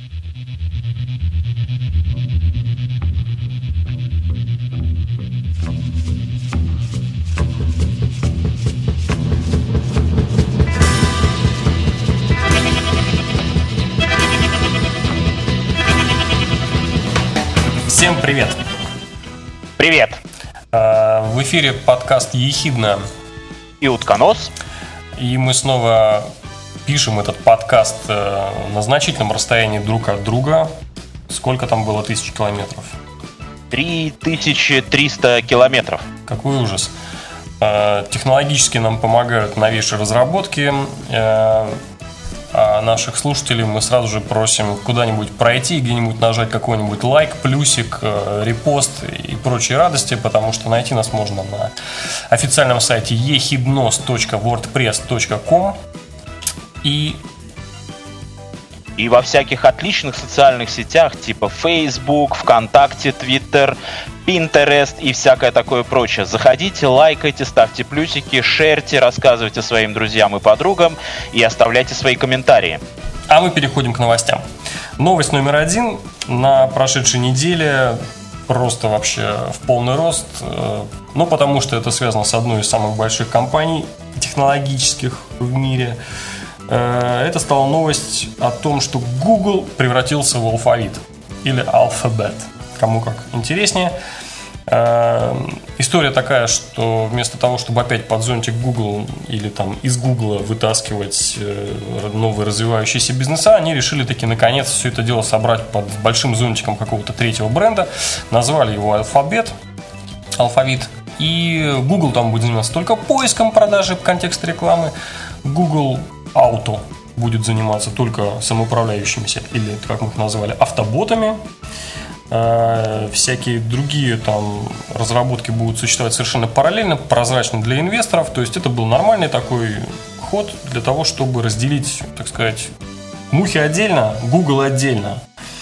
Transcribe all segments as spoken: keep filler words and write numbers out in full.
Всем привет! Привет! В эфире подкаст «Ехидна» и «Утконос». И мы снова пишем этот подкаст на значительном расстоянии друг от друга. Сколько там было тысяч километров? три тысячи триста километров. Какой ужас. Технологически нам помогают новейшие разработки. А наших слушателей мы сразу же просим куда-нибудь пройти, где-нибудь нажать какой-нибудь лайк, плюсик, репост и прочие радости, потому что найти нас можно на официальном сайте ехиднос точка вордпресс точка ком и... И во всяких отличных социальных сетях типа Facebook, ВКонтакте, Twitter, Pinterest и всякое такое прочее. Заходите, лайкайте, ставьте плюсики, шерьте, рассказывайте своим друзьям и подругам и оставляйте свои комментарии. А мы переходим к новостям. Новость номер один. На прошедшей неделе просто вообще в полный рост. Ну, потому что это связано с одной из самых больших компаний технологических в мире. Это стала новость о том, что Google превратился в алфавит или Alphabet, кому как интереснее. История такая, что вместо того, чтобы опять под зонтик Google или там из Google вытаскивать новые развивающиеся бизнеса, они решили таки наконец все это дело собрать под большим зонтиком какого-то третьего бренда. Назвали его Alphabet, алфавит. И Google там будет заниматься только поиском продажи в контексте рекламы. Google Auto будет заниматься только самоуправляющимися, или, как мы их назвали, автоботами. Э, всякие другие там разработки будут существовать совершенно параллельно, прозрачно для инвесторов. То есть это был нормальный такой ход для того, чтобы разделить, так сказать, мухи отдельно, Google отдельно.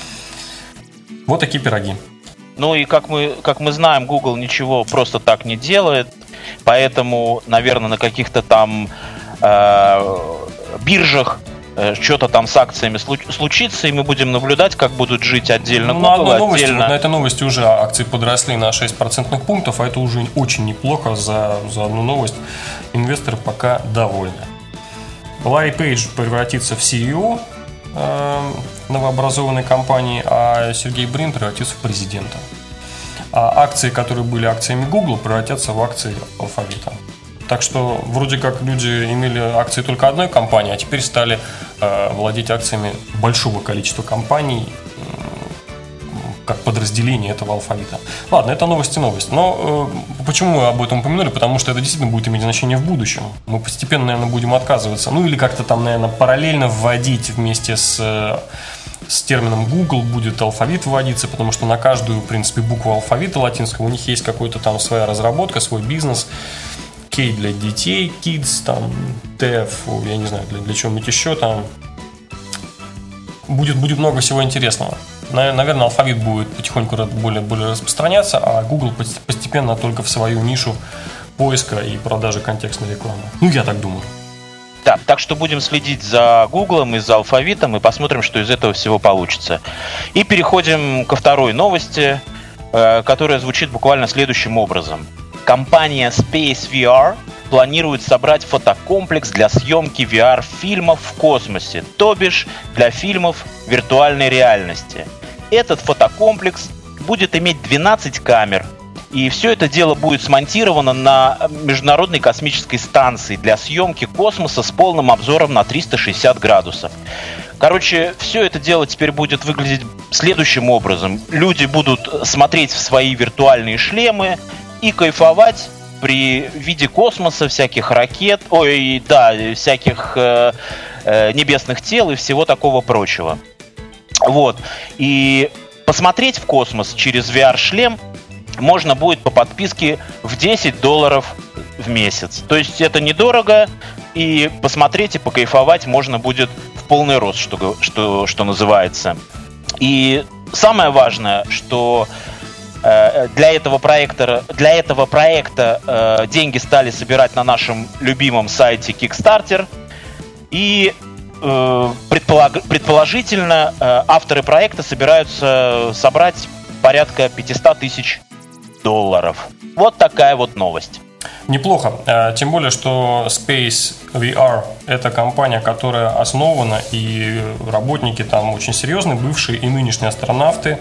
Вот такие пироги. Ну и как мы, как мы знаем, Google ничего просто так не делает. Поэтому, наверное, на каких-то там э, биржах э, что-то там с акциями случится, и мы будем наблюдать, как будут жить отдельно ну, Google, на одной новости, отдельно... вот на этой новости уже акции подросли на шесть процентных пунктов, а это уже очень неплохо за, за одну новость. Инвесторы пока довольны. Ларри Пейдж превратится в си и о э, новообразованной компании, а Сергей Брин превратится в президента. А акции, которые были акциями Google, превратятся в акции алфавита. Так что вроде как люди имели акции только одной компании, а теперь стали э, владеть акциями большого количества компаний, э, как подразделение этого алфавита. Ладно, это новость и новость. Но э, почему мы об этом упомянули? Потому что это действительно будет иметь значение в будущем. Мы постепенно, наверное, будем отказываться. Ну или как-то там, наверное, параллельно вводить вместе с... С термином Google будет алфавит вводиться, потому что на каждую, в принципе, букву алфавита латинского у них есть какой-то там своя разработка, свой бизнес. K для детей, Kids, там, T F, я не знаю, для, для чего-нибудь еще там. Будет, будет много всего интересного. Наверное, алфавит будет потихоньку более, более распространяться, а Google постепенно только в свою нишу поиска и продажи контекстной рекламы. Ну, я так думаю. Да, так что будем следить за Гуглом и за алфавитом и посмотрим, что из этого всего получится. И переходим ко второй новости, э, которая звучит буквально следующим образом. Компания Space ви ар планирует собрать фотокомплекс для съемки ви ар-фильмов в космосе, то бишь для фильмов виртуальной реальности. Этот фотокомплекс будет иметь двенадцать камер, и все это дело будет смонтировано на Международной космической станции для съемки космоса с полным обзором на триста шестьдесят градусов. Короче, все это дело теперь будет выглядеть следующим образом. Люди будут смотреть в свои виртуальные шлемы и кайфовать при виде космоса, всяких ракет, ой, да, всяких э, э, небесных тел и всего такого прочего. Вот. И посмотреть в космос через ви ар-шлем можно будет по подписке в десять долларов в месяц. То есть это недорого, и посмотреть и покайфовать можно будет в полный рост, что, что, что называется. И самое важное, что э, для этого проекта, для этого проекта э, деньги стали собирать на нашем любимом сайте Kickstarter. И предполаг... предположительно авторы проекта собираются собрать порядка пятьсот тысяч долларов. Вот такая вот новость. Неплохо. Тем более, что Space ви ар – это компания, которая основана, и работники там очень серьезные, бывшие и нынешние астронавты,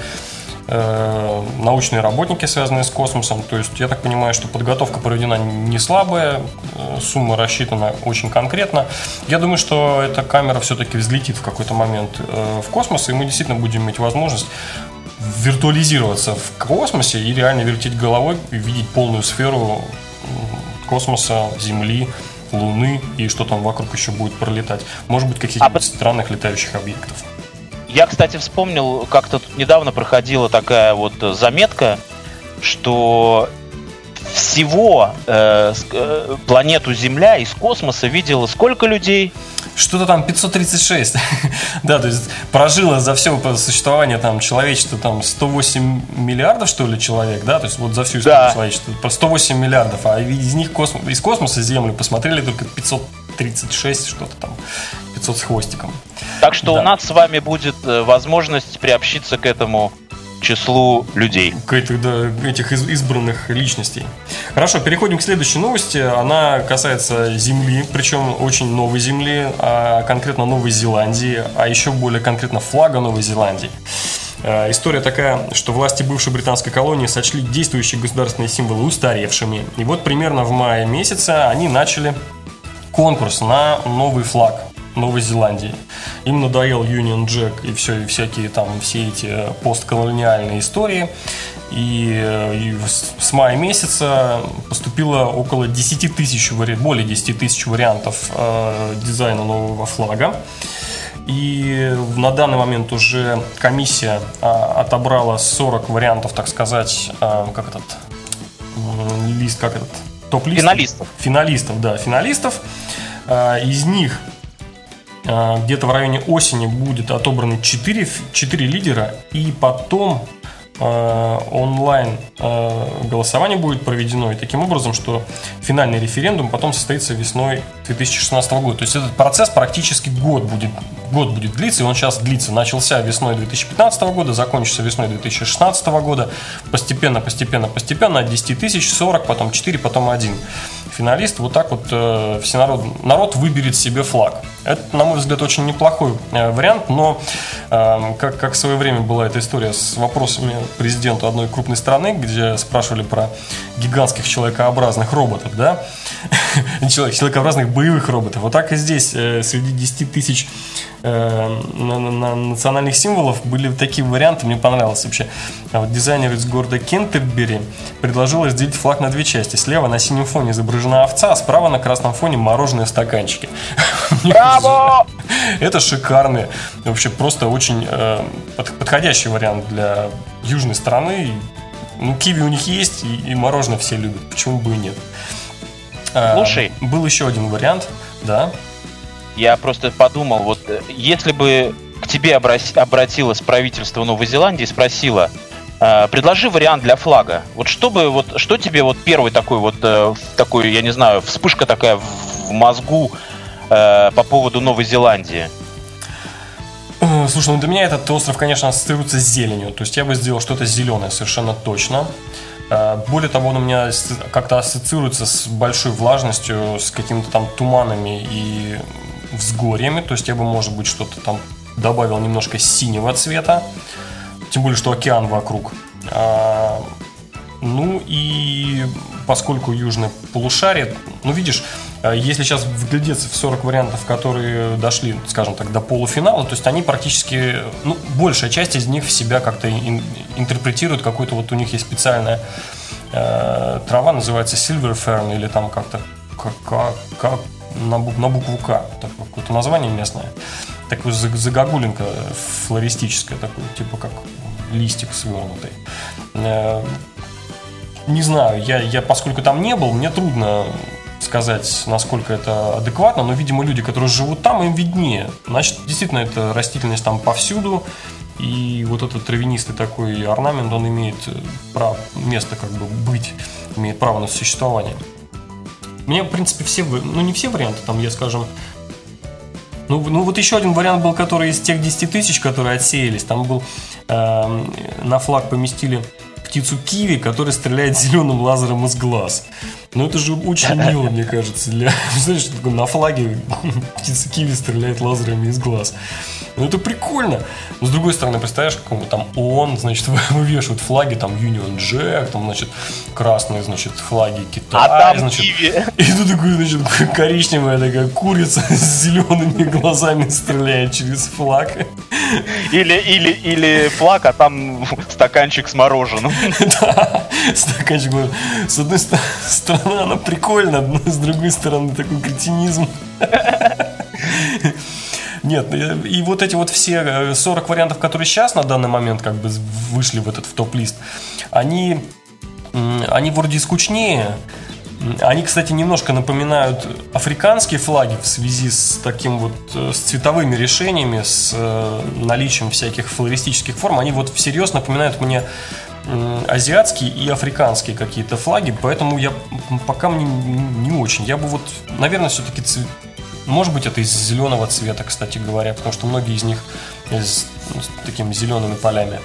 научные работники, связанные с космосом. То есть, я так понимаю, что подготовка проведена не слабая, сумма рассчитана очень конкретно. Я думаю, что эта камера все-таки взлетит в какой-то момент в космос, и мы действительно будем иметь возможность виртуализироваться в космосе и реально вертеть головой и видеть полную сферу космоса, Земли, Луны и что там вокруг еще будет пролетать. Может быть, каких-нибудь а... странных летающих объектов. Я, кстати, вспомнил, как-то тут недавно проходила такая вот заметка, что всего э, э, планету Земля из космоса видело сколько людей? Что-то там пятьсот тридцать шесть. Да, то есть прожило за все существование там человечества там сто восемь миллиардов, что ли, человек, да? То есть вот за всю историю да. человечества сто восемь миллиардов, а из них космос, из космоса Землю посмотрели только пятьсот тридцать шесть, что-то там, пятьсот с хвостиком. Так что да. у нас с вами будет возможность приобщиться к этому числу людей. К этих, да, этих избранных личностей. Хорошо, переходим к следующей новости. Она касается Земли, причем очень новой Земли, а конкретно Новой Зеландии, а еще более конкретно флага Новой Зеландии. История такая, что власти бывшей британской колонии сочли действующие государственные символы устаревшими. И вот примерно в мае месяце они начали конкурс на новый флаг Новой Зеландии. Им надоел Union Jack и все, и всякие там, все эти постколониальные истории. И, и с мая месяца поступило около десять тысяч, более десять тысяч вариантов э, дизайна нового флага. И на данный момент уже комиссия э, отобрала сорок вариантов, так сказать, э, как этот э, лист, как этот топ-лист. Финалистов. Финалистов, да, финалистов. Э, из них где-то в районе осени будет отобраны четыре, четыре лидера, и потом э, онлайн э, голосование будет проведено, и таким образом, что финальный референдум потом состоится весной две тысячи шестнадцатого года. То есть этот процесс практически год будет, год будет длиться, и он сейчас длится. Начался весной две тысячи пятнадцатого года, закончится весной две тысячи шестнадцатого года. Постепенно, постепенно, постепенно от десяти тысяч сорок, потом четыре, потом один финалист. Вот так вот э, все народ, народ выберет себе флаг. Это, на мой взгляд, очень неплохой э, вариант, но э, как, как в свое время была эта история с вопросами президенту одной крупной страны, где спрашивали про гигантских человекообразных роботов, да? Человекообразных боевых роботов. Вот так и здесь э, среди десяти тысяч э, на, на, национальных символов были такие варианты, мне понравилось вообще. А вот дизайнер из города Кентербери предложил разделить флаг на две части. Слева на синем фоне изображена овца, а справа на красном фоне мороженое в стаканчике. Браво! Это шикарный, вообще просто очень э, подходящий вариант для южной страны. Ну, киви у них есть, и, и мороженое все любят. Почему бы и нет? Слушай, а, был еще один вариант, да. Я просто подумал, вот если бы к тебе обратилось правительство Новой Зеландии и спросило, э, предложи вариант для флага. Вот что бы, вот что тебе вот первый такой вот э, такой, я не знаю, вспышка такая в, в мозгу э, по поводу Новой Зеландии? Слушай, ну для меня этот остров, конечно, ассоциируется с зеленью. То есть я бы сделал что-то зеленое, совершенно точно. Более того, он у меня как-то ассоциируется с большой влажностью, с какими-то там туманами и взгорьями. То есть я бы, может быть, что-то там добавил немножко синего цвета. Тем более, что океан вокруг. Ну и поскольку южное полушарие, ну видишь, если сейчас вглядеться в сорок вариантов, которые дошли, скажем так, до полуфинала, то есть они практически, ну, большая часть из них в себя как-то ин- интерпретирует, какой-то вот у них есть специальная э, трава, называется Silver Fern, или там как-то как, как, как на, бук, на букву К, такое какое-то название местное, такое загогулинка флористическая, такое, типа как листик свернутый. Э, не знаю, я, я поскольку там не был, мне трудно сказать, насколько это адекватно, но, видимо, люди, которые живут там, им виднее. Значит, действительно, эта растительность там повсюду, и вот этот травянистый такой орнамент, он имеет право, место как бы быть, имеет право на существование. Мне, в принципе, все, ну, не все варианты, там, я, скажем, Ну, ну вот еще один вариант был, который из тех десяти тысяч, которые отсеялись. Там был, э, на флаг поместили птицу киви, которая стреляет зеленым лазером из глаз. Ну это же очень мило, мне кажется. Для... Знаешь, на флаге птица киви стреляет лазерами из глаз. Ну это прикольно. Но с другой стороны, представляешь, какому там ООН, значит, вывешивают флаги, там Union Jack, там, значит, красные, значит, флаги Китая. А там значит, киви. И тут такой, значит, коричневая такая курица с зелеными глазами стреляет через флаг. Или, или, или флаг, а там стаканчик с мороженым. Да, стаканчик. С одной стороны, она прикольна, но с другой стороны, такой кретинизм. Нет, и вот эти вот все сорок вариантов, которые сейчас на данный момент как бы вышли в этот в топ-лист, они, они вроде скучнее. Они, кстати, немножко напоминают африканские флаги в связи с таким вот, с цветовыми решениями, с наличием всяких флористических форм. Они вот всерьез напоминают мне азиатские и африканские какие-то флаги, поэтому я пока мне не очень. Я бы вот, наверное, все-таки цвет... Может быть, это из зеленого цвета, кстати говоря, потому что многие из них с, с такими зелеными полями.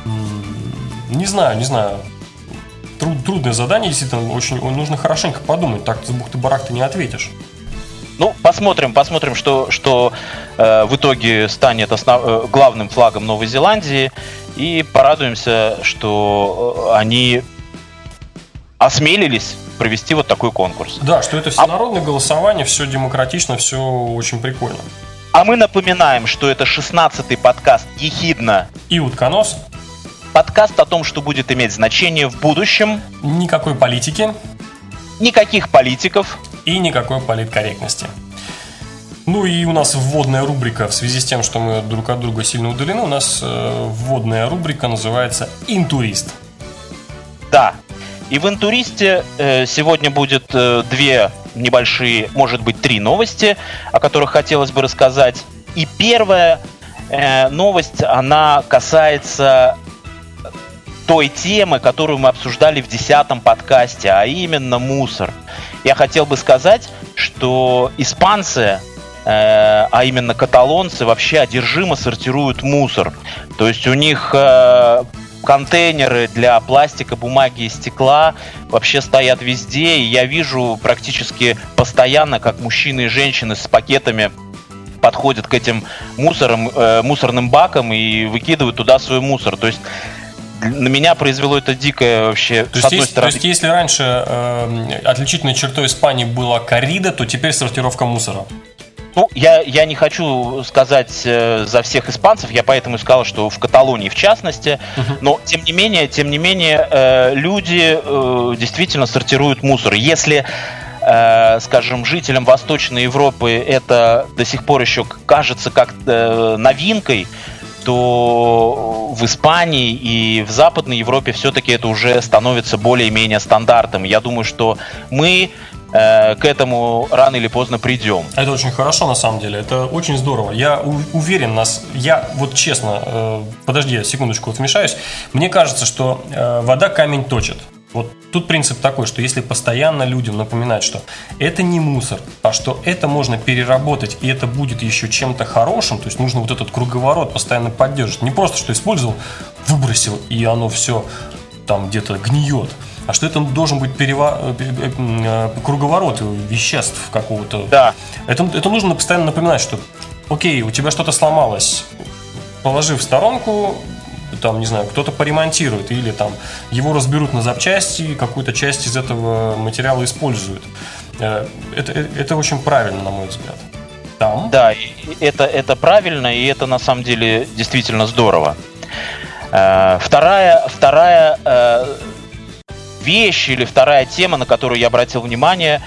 Не знаю, не знаю. Труд, трудное задание, действительно, очень нужно хорошенько подумать. Так с бухты-барахты не ответишь. Ну, посмотрим, посмотрим, что, что э, в итоге станет основ... э, главным флагом Новой Зеландии. И порадуемся, что они осмелились провести вот такой конкурс. Да, что это всенародное а... голосование, все демократично, все очень прикольно. А мы напоминаем, что это шестнадцатый подкаст «Ехидна» и «Утконос». Подкаст о том, что будет иметь значение в будущем. Никакой политики. Никаких политиков. И никакой политкорректности. Ну и у нас вводная рубрика, в связи с тем, что мы друг от друга сильно удалены, у нас э, вводная рубрика называется «Интурист». Да. И в «Интуристе» э, сегодня будет э, две небольшие, может быть, три новости, о которых хотелось бы рассказать. И первая э, новость, она касается той темы, которую мы обсуждали в десятом подкасте, а именно мусор. Я хотел бы сказать, что испанцы, э, а именно каталонцы, вообще одержимо сортируют мусор. То есть у них э, контейнеры для пластика, бумаги и стекла вообще стоят везде, и я вижу практически постоянно, как мужчины и женщины с пакетами подходят к этим мусорам, э, мусорным бакам и выкидывают туда свой мусор. То есть на меня произвело это дикое вообще. То, с есть, есть, стороны... то есть, если раньше э, отличительной чертой Испании была коррида, то теперь сортировка мусора. Ну, я, я не хочу сказать э, за всех испанцев, я поэтому и сказал, что в Каталонии в частности, uh-huh. но тем не менее, тем не менее, э, люди э, действительно сортируют мусор. Если, э, скажем, жителям Восточной Европы это до сих пор еще кажется как э, новинкой, то в Испании и в Западной Европе все-таки это уже становится более-менее стандартом. Я думаю, что мы э, к этому рано или поздно придем. Это очень хорошо, на самом деле. Это очень здорово. Я у- уверен, нас. Я вот честно, э, подожди, я секундочку вот вмешаюсь. Мне кажется, что э, вода камень точит. Вот тут принцип такой, что если постоянно людям напоминать, что это не мусор, а что это можно переработать, и это будет еще чем-то хорошим, то есть нужно вот этот круговорот постоянно поддерживать. Не просто, что использовал, выбросил, и оно все там где-то гниет, а что это должен быть перева... круговорот веществ какого-то. Да. Это, это нужно постоянно напоминать, что окей, у тебя что-то сломалось, положи в сторонку, там, не знаю, кто-то поремонтирует, или там его разберут на запчасти, какую-то часть из этого материала используют. Это, это очень правильно, на мой взгляд. Там. Да, это, это правильно, и это на самом деле действительно здорово. Вторая, вторая вещь или вторая тема, на которую я обратил внимание,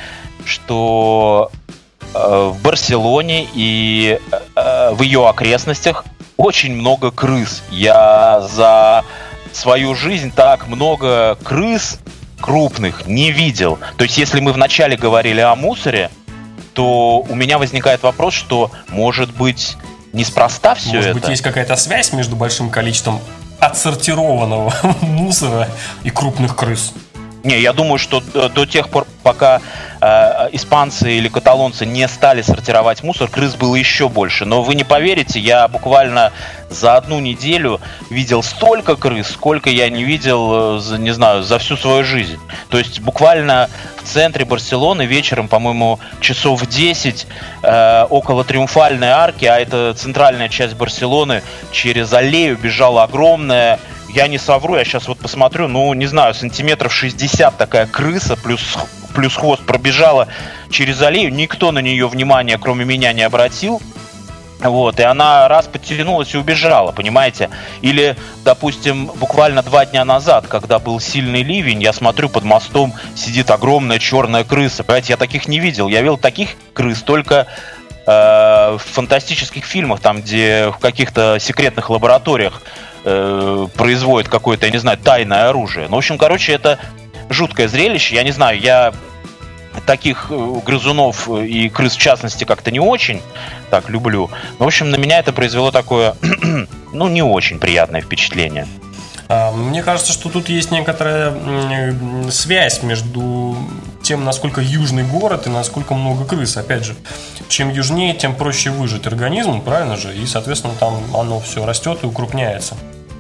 что в Барселоне и в ее окрестностях очень много крыс. Я за свою жизнь так много крыс крупных не видел. То есть, если мы вначале говорили о мусоре, то у меня возникает вопрос, что, может быть, неспроста все может это? Может быть, есть какая-то связь между большим количеством отсортированного мусора и крупных крыс? Не, я думаю, что до тех пор, пока э, испанцы или каталонцы не стали сортировать мусор, крыс было еще больше. Но вы не поверите, я буквально за одну неделю видел столько крыс, сколько я не видел, за, не знаю, за всю свою жизнь. То есть буквально в центре Барселоны вечером, по-моему, часов в десять, э, около Триумфальной арки, а это центральная часть Барселоны, через аллею бежала огромная, я не совру, я сейчас вот посмотрю, ну, не знаю, сантиметров шестьдесят такая крыса, плюс, плюс хвост пробежала через аллею. Никто на нее внимания, кроме меня, не обратил. Вот, и она раз подтянулась и убежала, понимаете? Или, допустим, буквально два дня назад, когда был сильный ливень, я смотрю, под мостом сидит огромная черная крыса. Понимаете, я таких не видел. Я видел таких крыс только э, в фантастических фильмах, там, где в каких-то секретных лабораториях производит какое-то, я не знаю, тайное оружие. Ну, в общем, короче, это жуткое зрелище. Я не знаю, я таких грызунов и крыс в частности как-то не очень так люблю. Но, в общем, на меня это произвело такое, ну, не очень приятное впечатление. Мне кажется, что тут есть некоторая связь между тем, насколько южный город и насколько много крыс. Опять же, чем южнее, тем проще выжить организму, правильно же? И, соответственно, там оно все растет и укрупняется.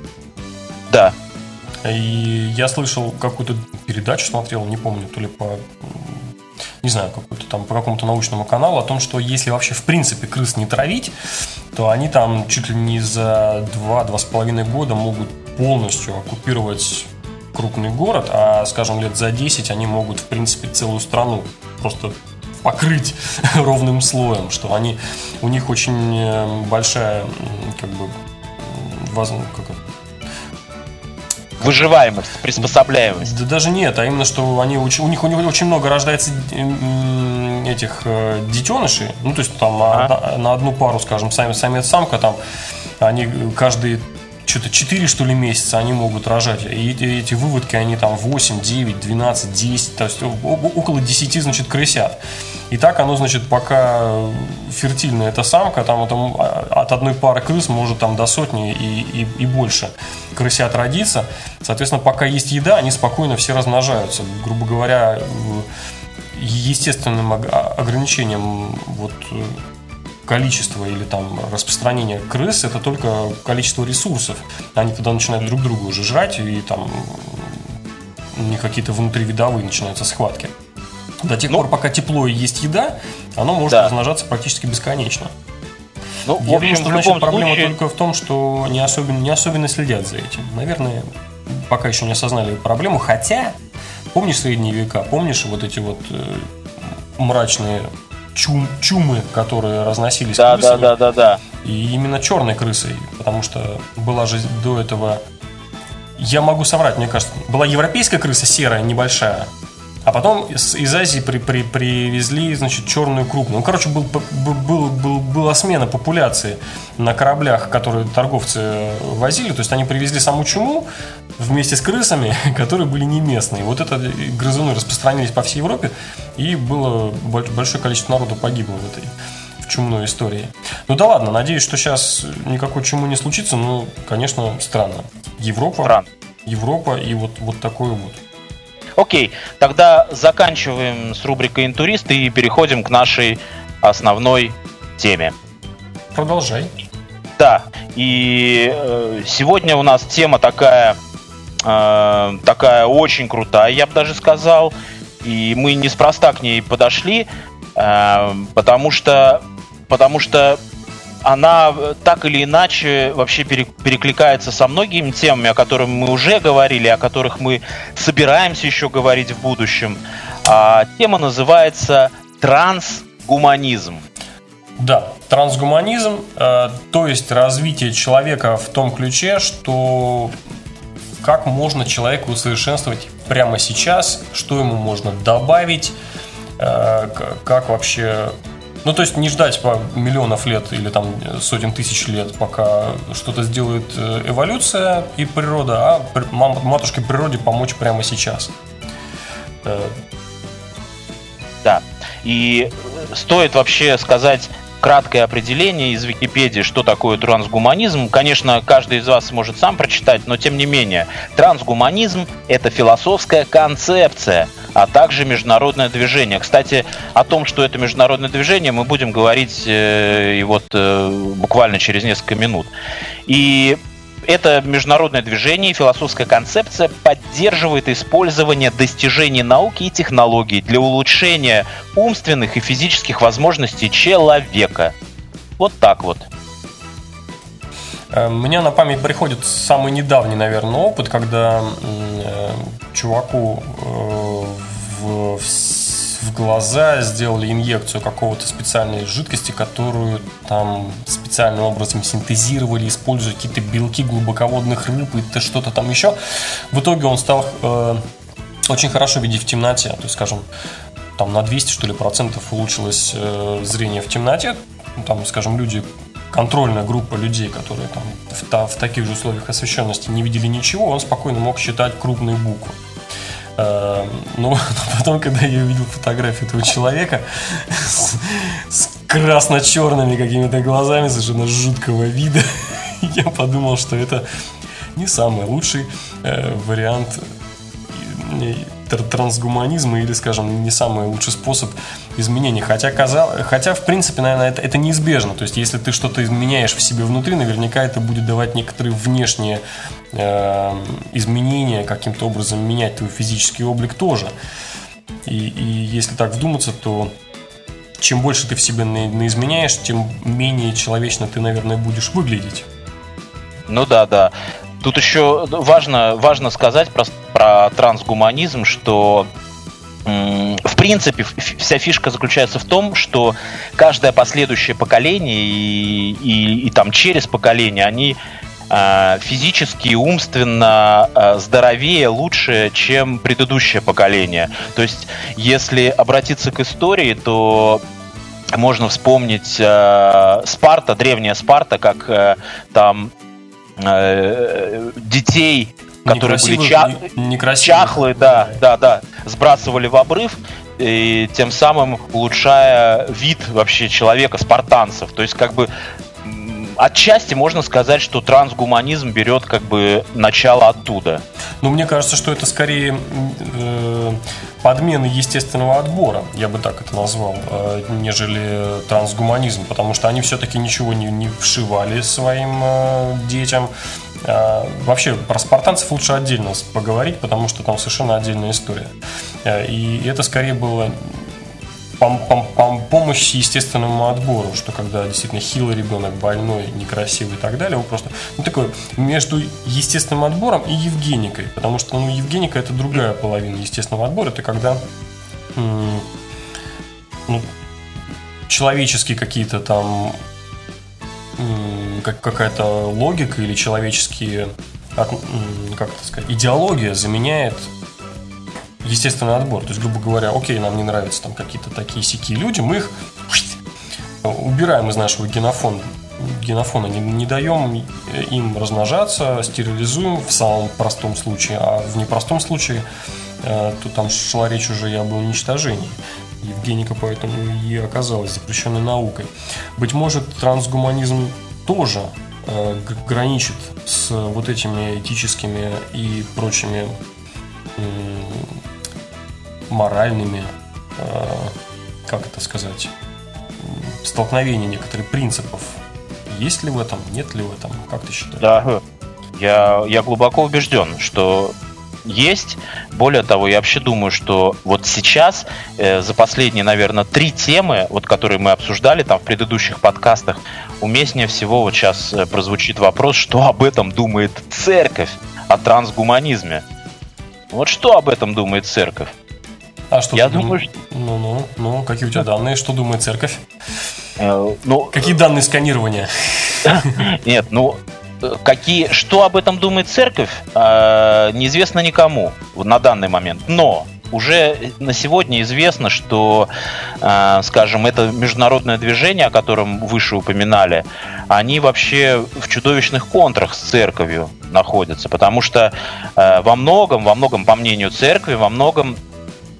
Да. И я слышал какую-то передачу, смотрел, не помню, то ли по... не знаю, какой-то там по какому-то научному каналу, о том, что если вообще в принципе крыс не травить, то они там чуть ли не за два-два с половиной года могут полностью оккупировать крупный город, а, скажем, лет за десять они могут, в принципе, целую страну просто покрыть ровным слоем, что они, у них очень большая, как бы, возможность, как это, выживаемость, приспособляемость. Да даже нет, а именно, что они, у, них, у них очень много рождается этих детенышей. Ну, то есть там а? на, на одну пару, скажем, сами, самец-самка, там они каждые что-то четыре, что ли, месяца они могут рожать. И эти, эти выводки, они там восемь, девять, двенадцать, десять, то есть около десяти, значит, крысят. И так оно, значит, пока фертильная эта самка, там, там от одной пары крыс может там до сотни и, и, и больше крысят родиться. Соответственно, пока есть еда, они спокойно все размножаются. Грубо говоря, естественным ограничением вот количества или там распространения крыс — это только количество ресурсов. Они тогда начинают друг друга уже жрать, и там у них какие-то внутривидовые начинаются схватки. До тех ну, пор, пока тепло и есть еда, оно может да. размножаться практически бесконечно. Ну, Я в общем, думаю, что в значит, любом проблема случае... только в том, что не особенно, не особенно следят за этим. Наверное, пока еще не осознали проблему. Хотя, помнишь средние века, помнишь вот эти вот э, мрачные чум, чумы, которые разносились да, крысами? Да, да, да, да. И именно черной крысой, потому что была же до этого... Я могу соврать, мне кажется, была европейская крыса серая, небольшая. А потом из, из Азии при, при, привезли, значит, черную крупную. Ну, короче, был, был, был, была смена популяции на кораблях, которые торговцы возили. То есть они привезли саму чуму вместе с крысами, которые были не местные. Вот это грызуны распространились по всей Европе, и было большое количество народу погибло в этой в чумной истории. Ну да ладно, надеюсь, что сейчас никакой чумы не случится. Но, конечно, странно. Европа, Странно. Европа и вот, вот такое вот. Окей, тогда заканчиваем с рубрикой «Интурист» и переходим к нашей основной теме. Продолжай. Да, и э, сегодня у нас тема такая, э, такая очень крутая, я бы даже сказал. И мы неспроста к ней подошли, э, потому что, потому что она так или иначе вообще перекликается со многими темами, о которых мы уже говорили, о которых мы собираемся еще говорить в будущем. А тема называется трансгуманизм. Да, трансгуманизм, э, то есть развитие человека в том ключе, что как можно человека усовершенствовать прямо сейчас, что ему можно добавить, э, как вообще... Ну, то есть не ждать по миллионов лет или там сотен тысяч лет, пока что-то сделает эволюция и природа, а матушке природе помочь прямо сейчас. Да. И стоит вообще сказать краткое определение из Википедии, что такое трансгуманизм. Конечно, каждый из вас может сам прочитать, но тем не менее. Трансгуманизм – это философская концепция, а также международное движение. Кстати, о том, что это международное движение, мы будем говорить э, и вот э, буквально через несколько минут. И это международное движение и философская концепция поддерживает использование достижений науки и технологий для улучшения умственных и физических возможностей человека. Вот так вот. Мне на память приходит самый недавний, наверное, опыт, когда э, чуваку э, в, в глаза сделали инъекцию какого-то специальной жидкости, которую там специальным образом синтезировали, используя какие-то белки глубоководных рыб и что-то там еще. В итоге он стал э, очень хорошо видеть в темноте, то есть, скажем, там на двести, что ли, процентов улучшилось э, зрение в темноте. Там, скажем, люди... контрольная группа людей, которые там в, та, в таких же условиях освещенности не видели ничего, он спокойно мог считать крупные буквы. Э, но, но потом, когда я увидел фотографию этого человека с, с красно-черными какими-то глазами, совершенно жуткого вида, я подумал, что это не самый лучший э, вариант э, трансгуманизма или, скажем, не самый лучший способ изменений. Хотя, казалось, хотя в принципе, наверное, это, это неизбежно. То есть, если ты что-то изменяешь в себе внутри, наверняка это будет давать некоторые внешние э, изменения, каким-то образом менять твой физический облик тоже. И, и если так вдуматься, то чем больше ты в себе на, наизменяешь, тем менее человечно ты, наверное, будешь выглядеть. Ну да, да. Тут еще важно, важно сказать про, про трансгуманизм, что м, в принципе вся фишка заключается в том, что каждое последующее поколение и, и, и там через поколение, они э, физически и умственно э, здоровее, лучше, чем предыдущее поколение. То есть, если обратиться к истории, то можно вспомнить э, Спарта, древняя Спарта, как э, там детей, которые были ча- чахлые, да, да, да, сбрасывали в обрыв, и тем самым улучшая вид вообще человека, спартанцев. То есть, как бы, отчасти можно сказать, что трансгуманизм берет как бы начало оттуда. Ну, мне кажется, что это скорее э, подмены естественного отбора, я бы так это назвал, э, нежели трансгуманизм, потому что они все-таки ничего не, не вшивали своим э, детям. Э, вообще, про спартанцев лучше отдельно поговорить, потому что там совершенно отдельная история. Э, и это скорее было... помощь естественному отбору, что когда действительно хилый ребенок, больной, некрасивый и так далее, он просто, ну, такой, между естественным отбором и евгеникой, потому что, ну, евгеника — это другая половина естественного отбора, это когда м- ну, человеческие какие-то там м- как, какая-то логика или человеческие, как это сказать, идеология заменяет естественный отбор. То есть, грубо говоря, окей, нам не нравятся там какие-то такие-сякие люди, мы их убираем из нашего генофона, генофона не, не даем им размножаться, стерилизуем в самом простом случае, а в непростом случае э, то там шла речь уже и об уничтожении. Евгеника поэтому и оказалась запрещенной наукой. Быть может, трансгуманизм тоже э, граничит с вот этими этическими и прочими э, моральными, э, как это сказать, столкновения некоторых принципов. Есть ли в этом, нет ли в этом? Как ты считаешь? Да, я, я глубоко убежден, что есть. Более того, я вообще думаю, что вот сейчас э, за последние, наверное, три темы, вот, которые мы обсуждали там в предыдущих подкастах, уместнее всего вот сейчас э, прозвучит вопрос, что об этом думает церковь, о трансгуманизме. Вот что об этом думает церковь? А что я ты думаю, дум... что... Ну, ну, ну, какие у тебя данные? Что думает церковь? Э, ну... Какие данные сканирования? Нет, ну... Какие, что об этом думает церковь, э, неизвестно никому на данный момент. Но уже на сегодня известно, что, э, скажем, это международное движение, о котором выше упоминали, они вообще в чудовищных контрах с церковью находятся, потому что э, во многом, во многом, по мнению церкви, во многом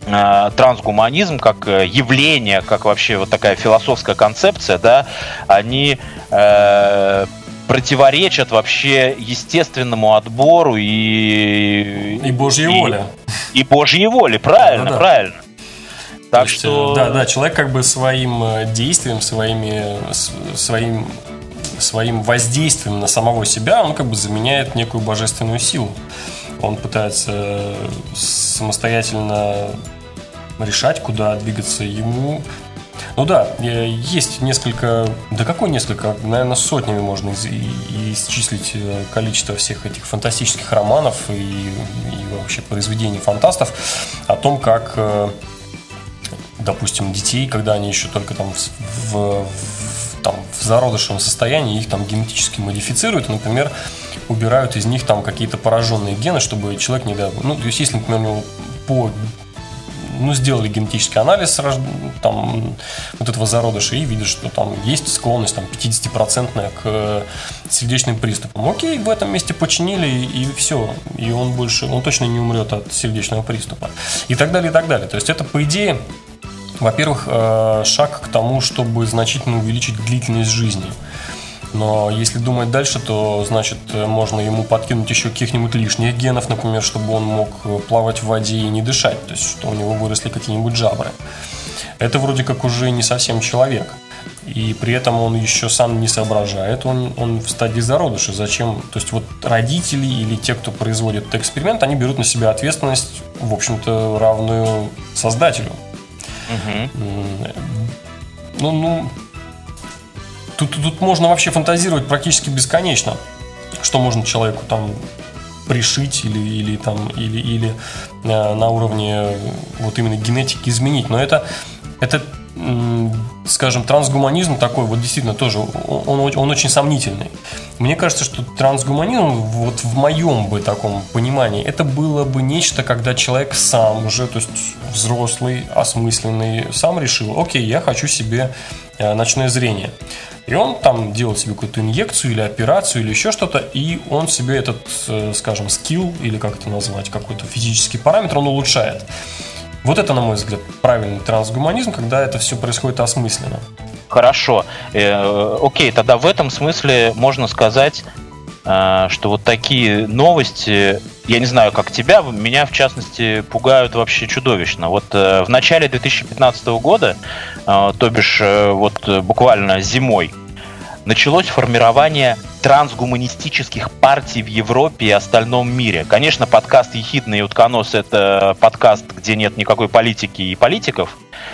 э, трансгуманизм как явление, как вообще вот такая философская концепция, да, они э, противоречат вообще естественному отбору и... И Божьей и, воле. И Божьей воле, правильно, да, да. правильно. Так есть, что... Да, да, человек как бы своим действием, своими, своим, своим воздействием на самого себя, он как бы заменяет некую божественную силу. Он пытается самостоятельно решать, куда двигаться ему. Ну да, есть несколько, да какой несколько, наверное, сотнями можно исчислить количество всех этих фантастических романов и, и вообще произведений фантастов о том, как, допустим, детей, когда они еще только там в, в, там, в зародышевом состоянии, их там генетически модифицируют, например, убирают из них там какие-то пораженные гены, чтобы человек не... Ну, то есть, если, например, у него по... Ну, сделали генетический анализ там, вот этого зародыша и видят, что там есть склонность там, пятидесятипроцентная к сердечным приступам. Окей, в этом месте починили, и, и все. И он больше, он точно не умрет от сердечного приступа. И так далее, и так далее. То есть это, по идее, во-первых, шаг к тому, чтобы значительно увеличить длительность жизни. Но если думать дальше, то, значит, можно ему подкинуть еще каких-нибудь лишних генов, например, чтобы он мог плавать в воде и не дышать, то есть, что у него выросли какие-нибудь жабры. Это вроде как уже не совсем человек. И при этом он еще сам не соображает, он, он в стадии зародыша. Зачем? То есть, вот родители или те, кто производит этот эксперимент, они берут на себя ответственность, в общем-то, равную создателю. Угу. Ну, ну... Тут, тут можно вообще фантазировать практически бесконечно, что можно человеку там пришить или, или, там, или, или э, на уровне вот именно генетики изменить. Но это, это м, скажем, трансгуманизм такой, вот действительно тоже, он, он, он очень сомнительный. Мне кажется, что трансгуманизм, вот в моем бы таком понимании, это было бы нечто, когда человек сам уже, то есть взрослый, осмысленный, сам решил, окей, я хочу себе э, ночное зрение. И он там делает себе какую-то инъекцию или операцию или еще что-то, и он себе этот, скажем, скилл, или как это назвать, какой-то физический параметр, он улучшает. Вот это, на мой взгляд, правильный трансгуманизм, когда это все происходит осмысленно. Хорошо. Э, окей, тогда в этом смысле можно сказать, э, что вот такие новости, я не знаю, как тебя, меня, в частности, пугают вообще чудовищно. Вот э, в начале две тысячи пятнадцатого года, э, то бишь э, вот буквально зимой, началось формирование трансгуманистических партий в Европе и остальном мире. Конечно, подкаст «Ехидный и утконос» — это подкаст, где нет никакой политики и политиков,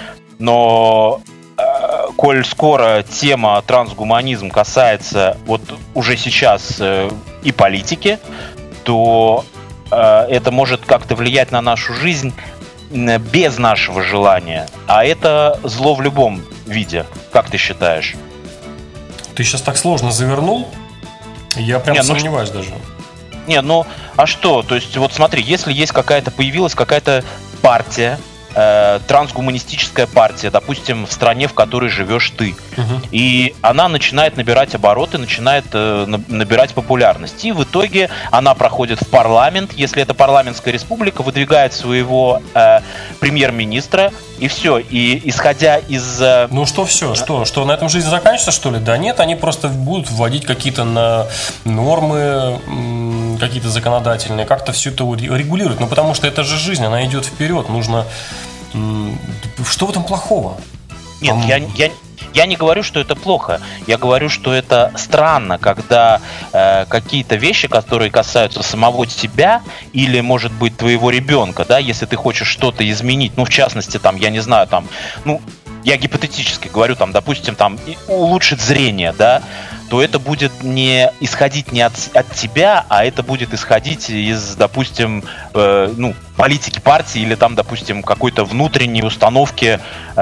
но э, коль скоро тема трансгуманизм касается вот уже сейчас э, и политики, то э, это может как-то влиять на нашу жизнь без нашего желания. А это зло в любом виде. Как ты считаешь? Ты сейчас так сложно завернул, я прям не, сомневаюсь ну, даже. Не, ну, а что? То есть, вот смотри, если есть какая-то, появилась какая-то партия, э, трансгуманистическая партия, допустим, в стране, в которой живешь ты, угу. и она начинает набирать обороты, начинает э, набирать популярность, и в итоге она проходит в парламент, если это парламентская республика, выдвигает своего э, премьер-министра, и все, и исходя из... Ну что все, что, что на этом жизнь заканчивается, что ли? Да нет, они просто будут вводить какие-то на нормы, какие-то законодательные, как-то все это регулируют. Ну потому что это же жизнь, она идет вперед, нужно... Что в этом плохого? Нет, Там... я, я, я не говорю, что это плохо. Я говорю, что это странно, когда э, какие-то вещи, которые касаются самого тебя или, может быть, твоего ребенка, да, если ты хочешь что-то изменить, ну, в частности, там, я не знаю, там, ну, я гипотетически говорю, там, допустим, там, улучшить зрение, да, то это будет не исходить не от, от тебя, а это будет исходить из, допустим, э, ну, политики партии или там, допустим, какой-то внутренней установки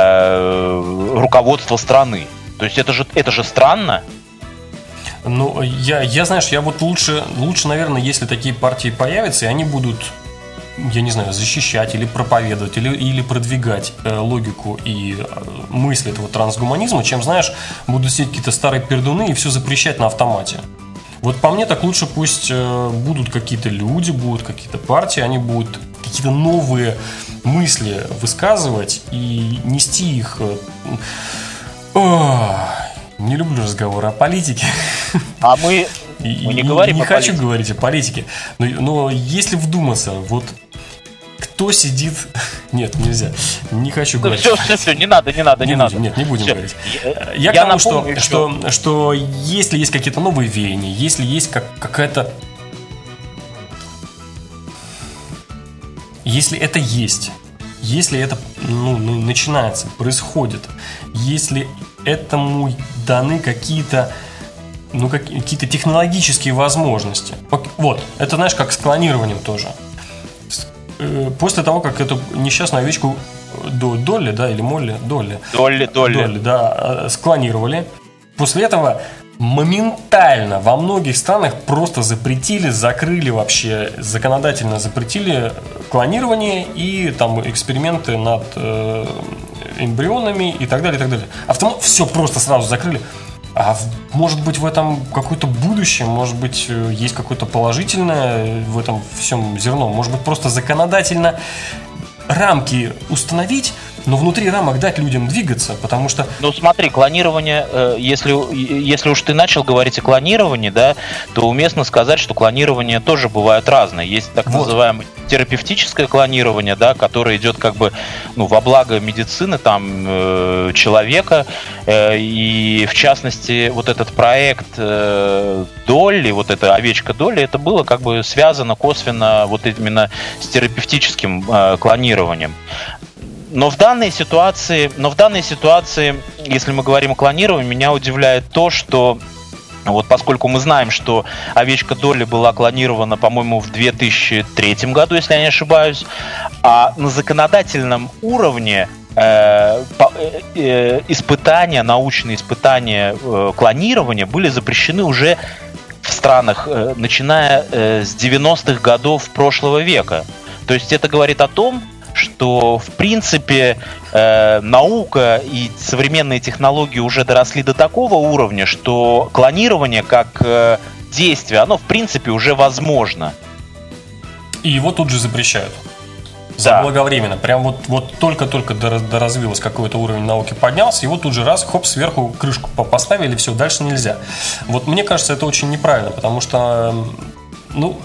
э, руководства страны. То есть это же, это же странно. Ну, я, я, знаешь, я вот лучше, лучше, наверное, если такие партии появятся, и они будут, я не знаю, защищать или проповедовать, или, или продвигать э, логику и э, мысль этого трансгуманизма, чем, знаешь, будут сидеть какие-то старые пердуны и все запрещать на автомате. Вот по мне так лучше пусть э, будут какие-то люди, будут какие-то партии, они будут какие-то новые мысли высказывать и нести их. О, не люблю разговоры о политике. А мы, мы не и, говорим не о хочу политике. говорить о политике. Но, но если вдуматься, вот кто сидит... Нет, нельзя. Не хочу Ну, говорить. все, все, все, не надо, не надо, не, Не не будем, надо. нет, не будем Всё. говорить. Я, Я к я тому, что, напомню, что, что если есть какие-то новые веяния, если есть как, какая-то... Если это есть, если это ну, начинается, происходит, если этому даны какие-то ну, какие-то технологические возможности. Вот, это знаешь, как с клонированием тоже. После того, как эту несчастную овечку Долли, да, или Молли, Долли, Долли, Долли, Долли, да, склонировали. После этого моментально во многих странах просто запретили, закрыли вообще, законодательно запретили клонирование и там эксперименты над э, эмбрионами и так далее, и так далее. Автомат все просто сразу закрыли. А может быть в этом какое-то будущее, может быть есть какое-то положительное в этом всем зерно, может быть просто законодательно рамки установить, но внутри рамок дать людям двигаться, потому что... Ну смотри, клонирование, э, если, если уж ты начал говорить о клонировании, да, то уместно сказать, что клонирование тоже бывает разное. Есть так вот. называемое терапевтическое клонирование, да, которое идет как бы ну, во благо медицины там, э, человека, э, и в частности вот этот проект э, Долли, вот эта овечка Долли, это было как бы связано косвенно вот именно с терапевтическим э, клонированием. Но в данной ситуации, но в данной ситуации, если мы говорим о клонировании, меня удивляет то, что вот поскольку мы знаем, что овечка Долли была клонирована, по-моему, в две тысячи третьем году, если я не ошибаюсь, а на законодательном уровне э, по, э, испытания, научные испытания э, клонирования были запрещены уже в странах, э, начиная э, с девяностых годов прошлого века. То есть это говорит о том, что, в принципе, э, наука и современные технологии уже доросли до такого уровня, что клонирование как э, действие, оно, в принципе, уже возможно. И его тут же запрещают. Да. Заблаговременно. Прям вот, вот только-только доразвилось, какой-то уровень науки поднялся, его тут же раз, хоп, сверху крышку поставили, все, дальше нельзя. Вот мне кажется, это очень неправильно, потому что, ну...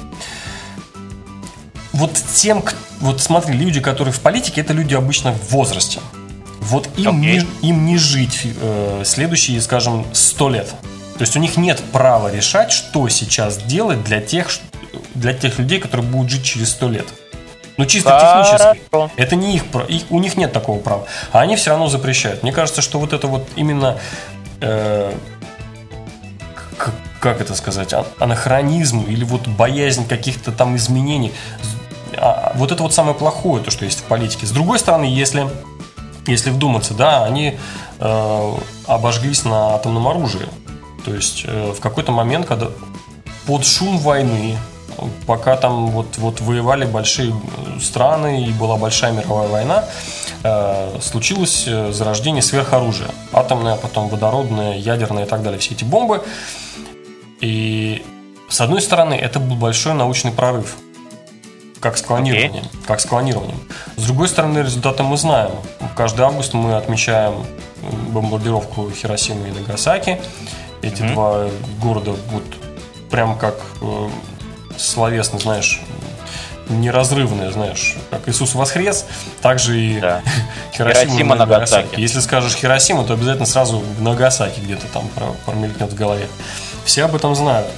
Вот тем, вот смотри, люди, которые в политике, это люди обычно в возрасте. Вот им, okay. не, им не жить э, следующие, скажем, сто лет. То есть у них нет права решать, что сейчас делать для тех, для тех людей, которые будут жить через сто лет. Ну, чисто Хорошо. технически. Это не их право. У них нет такого права. А они все равно запрещают. Мне кажется, что вот это вот именно... Э, к, как это сказать? Анахронизм или вот боязнь каких-то там изменений... А вот это вот самое плохое, то, что есть в политике. С другой стороны, если, если вдуматься, да, они э, обожглись на атомном оружии. То есть э, в какой-то момент, когда под шум войны, пока там вот, вот воевали большие страны и была большая мировая война, э, случилось зарождение сверхоружия. Атомное, потом водородное, ядерное и так далее. Все эти бомбы. И с одной стороны, это был большой научный прорыв. Как с клонированием, okay. как с клонированием. С другой стороны, результаты мы знаем. Каждый август мы отмечаем бомбардировку Хиросимы и Нагасаки. Эти mm-hmm. два города вот прям как э, словесно, знаешь, неразрывные, знаешь, как Иисус воскрес, так же и да. Хиросима и Нагасаки. Если скажешь Хиросима, то обязательно сразу в Нагасаки где-то там промелькнет в голове. Все об этом знают.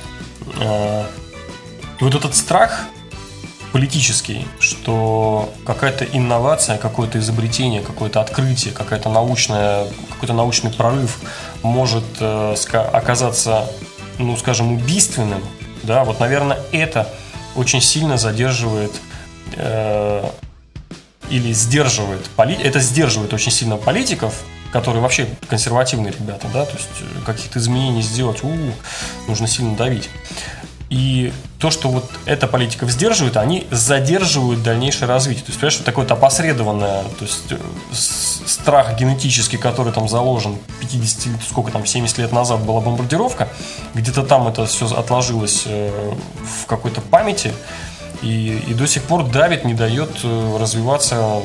И вот этот страх политический, что какая-то инновация, какое-то изобретение, какое-то открытие, какая-то научная, какой-то научный прорыв может э, оказаться, ну, скажем, убийственным, да, вот, наверное, это очень сильно задерживает э, или сдерживает, поли... это сдерживает очень сильно политиков, которые вообще консервативные ребята, да, то есть каких-то изменений сделать, у-у, нужно сильно давить. И то, что вот эта политика сдерживает, они задерживают дальнейшее развитие. То есть, понимаешь, что такое-то опосредованное, то есть страх генетический, который там заложен пятьдесят, сколько там, семьдесят лет назад была бомбардировка, где-то там это все отложилось в какой-то памяти, и, и до сих пор давит, не дает развиваться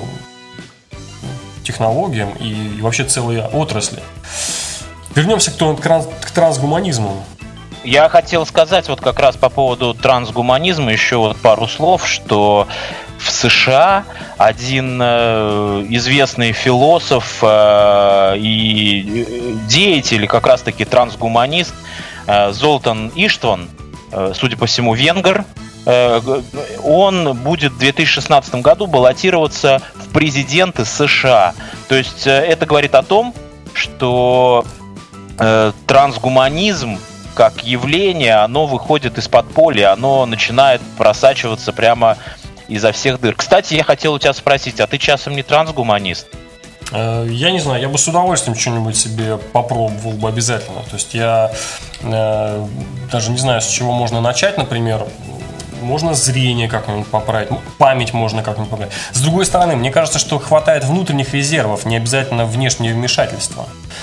технологиям и, и вообще целой отрасли. Вернемся к, к трансгуманизму. Я хотел сказать вот как раз по поводу трансгуманизма еще вот пару слов, что в США один э, известный философ э, и деятель, как раз-таки трансгуманист, э, Золтан Иштван, э, судя по всему, венгр, э, он будет в две тысячи шестнадцатом году баллотироваться в президенты США. То есть э, это говорит о том, что э, трансгуманизм как явление, оно выходит из-под поля, оно начинает просачиваться прямо изо всех дыр. Кстати, я хотел у тебя спросить, а ты часом не трансгуманист? Я не знаю, я бы с удовольствием что-нибудь себе попробовал бы обязательно. То есть я э, даже не знаю, с чего можно начать, например. Можно зрение как-нибудь поправить, память можно как-нибудь поправить. С другой стороны, мне кажется, что хватает внутренних резервов, не обязательно внешнее вмешательство.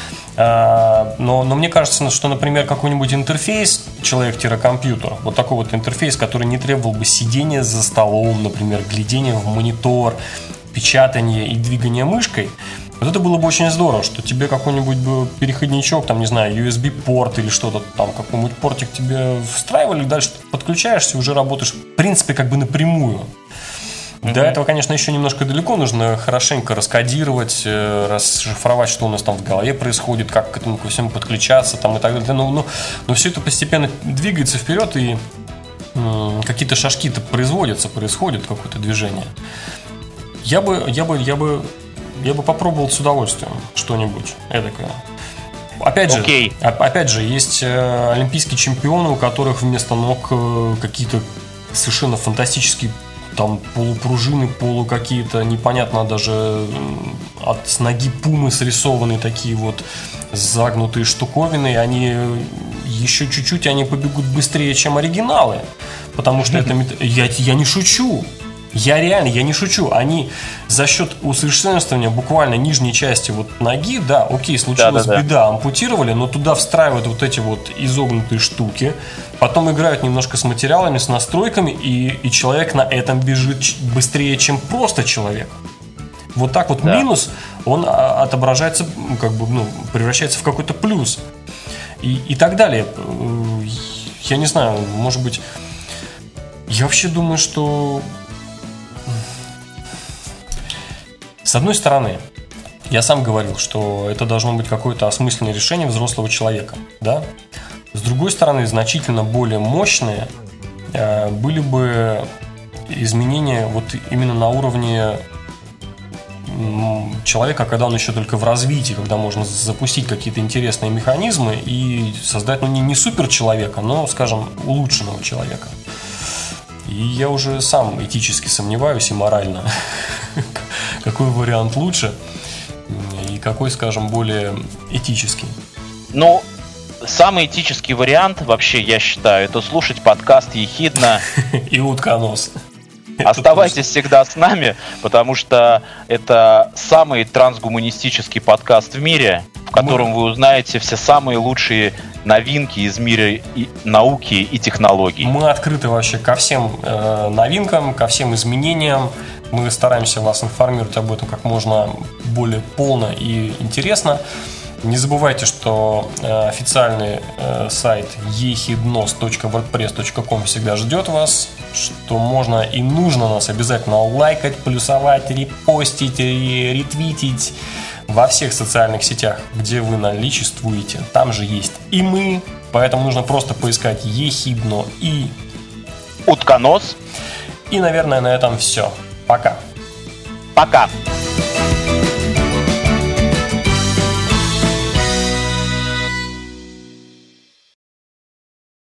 Но, но мне кажется, что, например, какой-нибудь интерфейс человек-компьютер, вот такой вот интерфейс, который не требовал бы сидения за столом, например, глядения в монитор, печатания и двигания мышкой, вот это было бы очень здорово, что тебе какой-нибудь бы переходничок, там, не знаю, ю эс би-порт или что-то там, какой-нибудь портик тебе встраивали, дальше подключаешься и уже работаешь, в принципе, как бы напрямую. Mm-hmm. До этого, конечно, еще немножко далеко. Нужно хорошенько раскодировать, э, расшифровать, что у нас там в голове происходит, как к этому ко всему подключаться там, и так далее. Но, но, но все это постепенно двигается вперед, и э, какие-то шажки-то производятся, происходит какое-то движение. Я бы, я бы, я бы, я бы попробовал с удовольствием что-нибудь эдакое. Опять же, okay. опять же, есть э, олимпийские чемпионы, у которых вместо ног э, какие-то совершенно фантастические там полупружины, полу какие-то, непонятно даже от с ноги пумы срисованные такие вот загнутые штуковины, и они еще чуть-чуть, они побегут быстрее, чем оригиналы, потому что это... Я, я не шучу. Я реально, я не шучу. Они за счет усовершенствования буквально нижней части вот ноги, да, окей, случилась да, да, беда, да. ампутировали, но туда встраивают вот эти вот изогнутые штуки, потом играют немножко с материалами, с настройками, и, и человек на этом бежит быстрее, чем просто человек. Вот так вот да. минус, он отображается, как бы, ну, превращается в какой-то плюс. И, и так далее. Я не знаю, может быть... Я вообще думаю, что... С одной стороны, я сам говорил, что это должно быть какое-то осмысленное решение взрослого человека, да? С другой стороны, значительно более мощные э, были бы изменения вот именно на уровне м, человека, когда он еще только в развитии, когда можно запустить какие-то интересные механизмы и создать, ну, не, не суперчеловека, но, скажем, улучшенного человека. И я уже сам этически сомневаюсь и морально, какой вариант лучше и какой, скажем, более этический. Ну, самый этический вариант, вообще, я считаю, это слушать подкаст «Ехидна» и «Утконос». Оставайтесь всегда с нами, потому что это самый трансгуманистический подкаст в мире, в котором вы узнаете все самые лучшие новинки из мира и науки и технологий. Мы открыты вообще ко всем э, новинкам, ко всем изменениям. Мы стараемся вас информировать об этом как можно более полно и интересно. Не забывайте, что э, официальный э, сайт ехиднос точка вордпресс точка ком всегда ждет вас, что можно и нужно нас обязательно лайкать, плюсовать, репостить, ретвитить во всех социальных сетях, где вы наличествуете. Там же есть и мы, поэтому нужно просто поискать Ехидно и Утконос. И, наверное, на этом все. Пока. Пока.